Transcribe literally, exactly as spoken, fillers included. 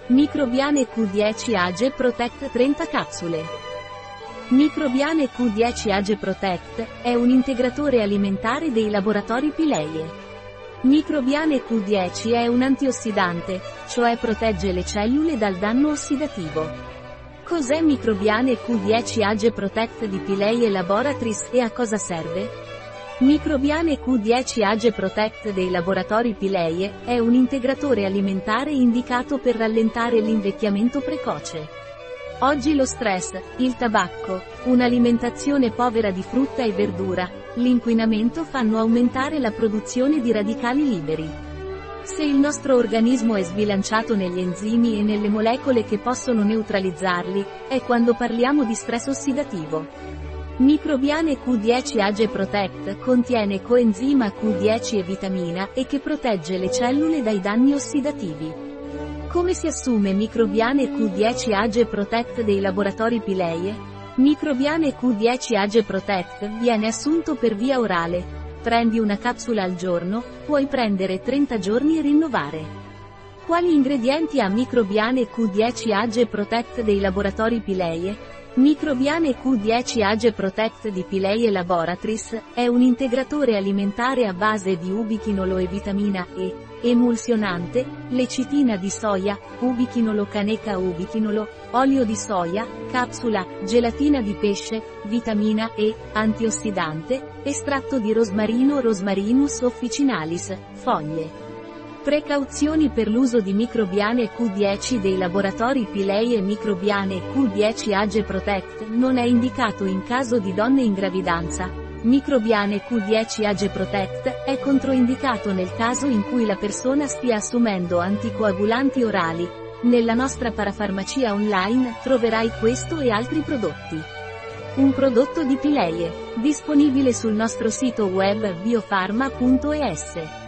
Microbiane Q dieci Age Protect trenta capsule. Microbiane Q dieci Age Protect è un integratore alimentare dei laboratori Pileie. Microbiane Q dieci è un antiossidante, cioè protegge le cellule dal danno ossidativo. Cos'è Microbiane Q dieci Age Protect di Pileie Laboratories e a cosa serve? Microbiane Q dieci Age Protect dei laboratori Pileie è un integratore alimentare indicato per rallentare l'invecchiamento precoce. Oggi lo stress, il tabacco, un'alimentazione povera di frutta e verdura, l'inquinamento fanno aumentare la produzione di radicali liberi. Se il nostro organismo è sbilanciato negli enzimi e nelle molecole che possono neutralizzarli, è quando parliamo di stress ossidativo. Microbiane Q dieci Age Protect contiene coenzima Q dieci e vitamina E che protegge le cellule dai danni ossidativi. Come si assume Microbiane Q dieci Age Protect dei laboratori Pileie? Microbiane Q dieci Age Protect viene assunto per via orale. Prendi una capsula al giorno, puoi prendere trenta giorni e rinnovare. Quali ingredienti ha Microbiane Q dieci Age Protect dei laboratori Pileie? Microbiane Q dieci Age Protect di Pileie Laboratories è un integratore alimentare a base di ubichinolo e vitamina E, emulsionante, lecitina di soia, ubichinolo caneca ubichinolo, olio di soia, capsula, gelatina di pesce, vitamina E, antiossidante, estratto di rosmarino Rosmarinus officinalis, foglie. Precauzioni per l'uso di Microbiane Q dieci dei laboratori Pileie. Microbiane Q dieci Age Protect non è indicato in caso di donne in gravidanza. Microbiane Q dieci Age Protect è controindicato nel caso in cui la persona stia assumendo anticoagulanti orali. Nella nostra parafarmacia online troverai questo e altri prodotti. Un prodotto di Pileie, disponibile sul nostro sito web biofarma punto es.